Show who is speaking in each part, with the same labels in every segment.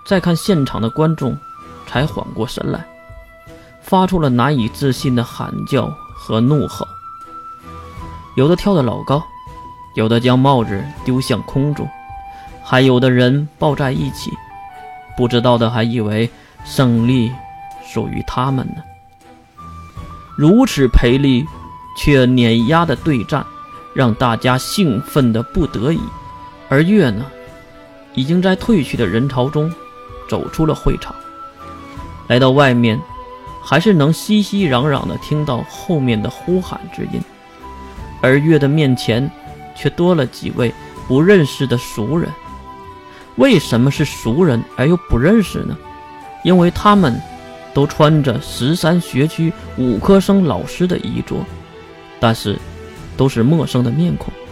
Speaker 1: 再看现场的观众才缓过神来，发出了难以置信的喊叫和怒吼。有的跳得老高，有的将帽子丢向空中，还有的人抱在一起，不知道的还以为胜利属于他们呢。如此赔力却碾压的对战，让大家兴奋的不得已。而月呢，已经在退去的人潮中走出了会场，来到外面，还是能熙熙攘攘地听到后面的呼喊之音。而月的面前却多了几位不认识的熟人。为什么是熟人而又不认识呢？因为他们都穿着13学区5科生老师的衣着，但是都是陌生的面孔。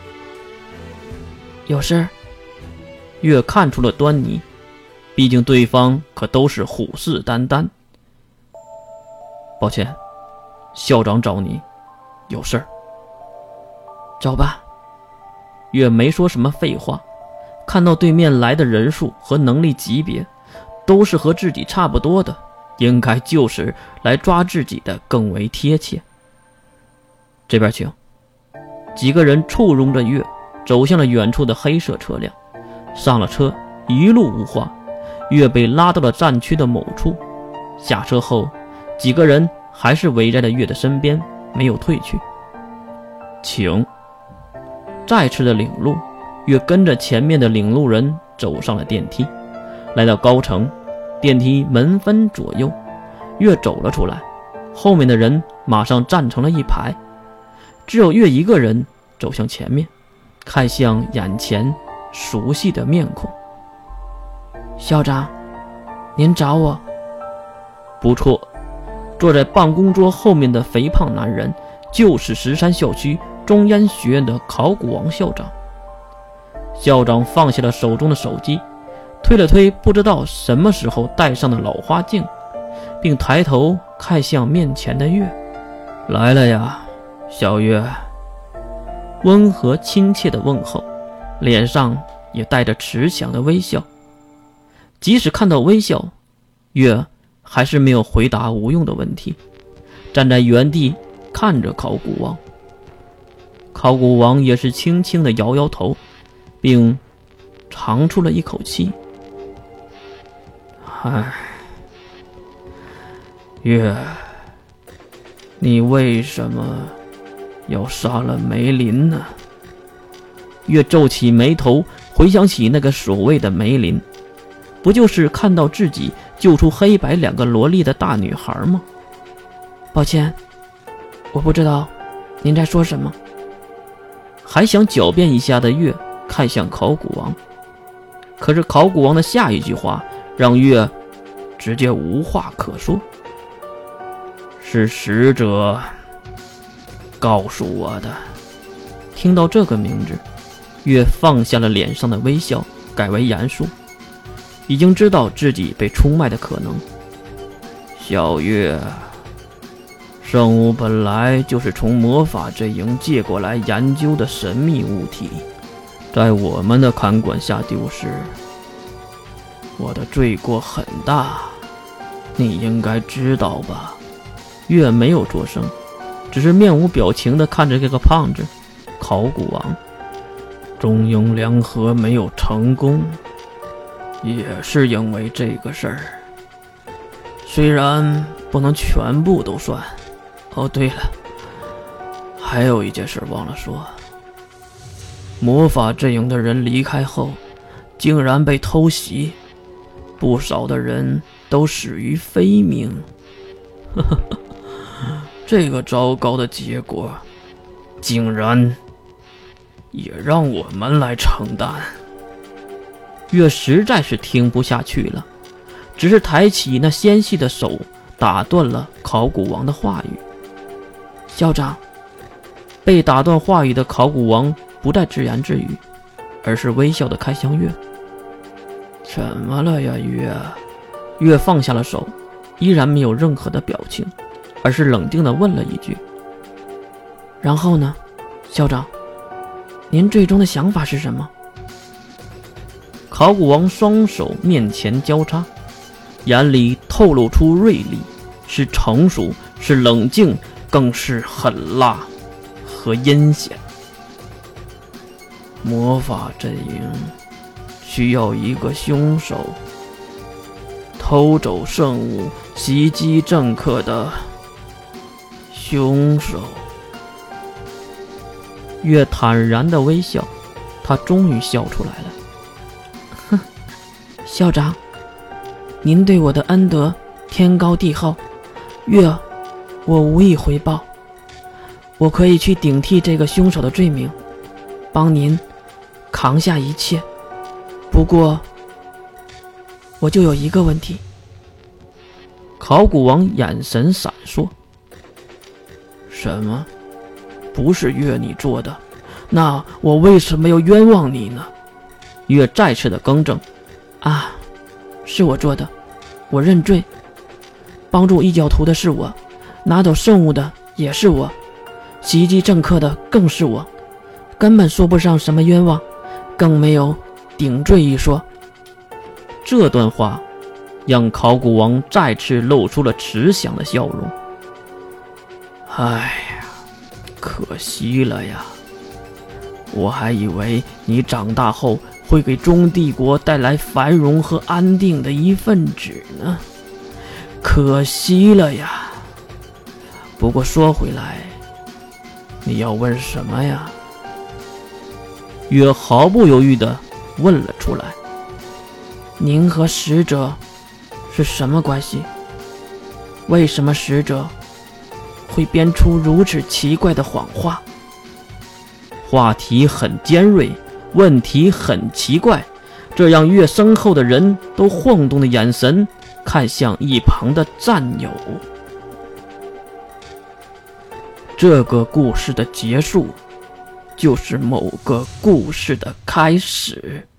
Speaker 1: 有事？月看出了端倪，毕竟对方可都是虎视眈眈。抱歉，校长找你，有事儿。走吧。月没说什么废话，看到对面来的人数和能力级别都是和自己差不多的，应该就是来抓自己的更为贴切。这边请。几个人簇拥着月走向了远处的黑色车辆，上了车，一路无话。月被拉到了战区的某处，下车后几个人还是围在了月的身边，没有退去。请。再次的领路，月跟着前面的领路人走上了电梯，来到高层，电梯门分左右，月走了出来，后面的人马上站成了一排，只有月一个人走向前面，看向眼前熟悉的面孔。校长，您找我？不错，坐在办公桌后面的肥胖男人就是13校区中央学院的考古王校长。校长放下了手中的手机，推了推不知道什么时候戴上的老花镜，并抬头看向面前的月。来了呀，小月。温和亲切的问候，脸上也带着慈祥的微笑。即使看到微笑，月还是没有回答无用的问题，站在原地看着考古王。考古王也是轻轻地摇摇头，并长出了一口气。唉，月，你为什么要杀了梅林呢？月皱起眉头，回想起那个所谓的梅林，不就是看到自己救出黑白2个萝莉的大女孩吗？抱歉，我不知道您在说什么。还想狡辩一下的月看向考古王，可是考古王的下一句话让月直接无话可说。是使者告诉我的。听到这个名字，月放下了脸上的微笑，改为严肃，已经知道自己被出卖的可能。小月，圣物本来就是从魔法阵营借过来研究的神秘物体，在我们的看管下丢失，我的罪过很大，你应该知道吧？月没有作声，只是面无表情地看着这个胖子。考古王，中英联合没有成功，也是因为这个事儿，虽然不能全部都算。哦，对了，还有一件事忘了说，魔法阵营的人离开后，竟然被偷袭，不少的人都死于非命。这个糟糕的结果，竟然也让我们来承担。月实在是听不下去了，只是抬起那纤细的手，打断了考古王的话语。校长。被打断话语的考古王不再自言自语，而是微笑地看向月。怎么了呀，月？月放下了手，依然没有任何的表情，而是冷静地问了一句。然后呢，校长，您最终的想法是什么？ 考古王双手面前交叉，眼里透露出锐利，是成熟，是冷静，更是狠辣和阴险。魔法阵营需要一个凶手，偷走圣物、袭击政客的凶手。月坦然的微笑，他终于笑出来了。哼，校长，您对我的恩德天高地厚，月我无以回报。我可以去顶替这个凶手的罪名，帮您扛下一切。不过我就有一个问题。考古王眼神闪烁。什么？不是月你做的，那我为什么要冤枉你呢？月再次的更正。啊，是我做的，我认罪。帮助异教徒的是我，拿走圣物的也是我，袭击政客的更是我，根本说不上什么冤枉，更没有顶罪一说。这段话让考古王再次露出了慈祥的笑容。哎呀，可惜了呀，我还以为你长大后会给中帝国带来繁荣和安定的一份子呢，可惜了呀。不过说回来，你要问什么呀？月毫不犹豫地问了出来。您和使者是什么关系？为什么使者会编出如此奇怪的谎话？话题很尖锐，问题很奇怪，这让月身后的人都晃动的眼神看向一旁的战友。这个故事的结束，就是某个故事的开始。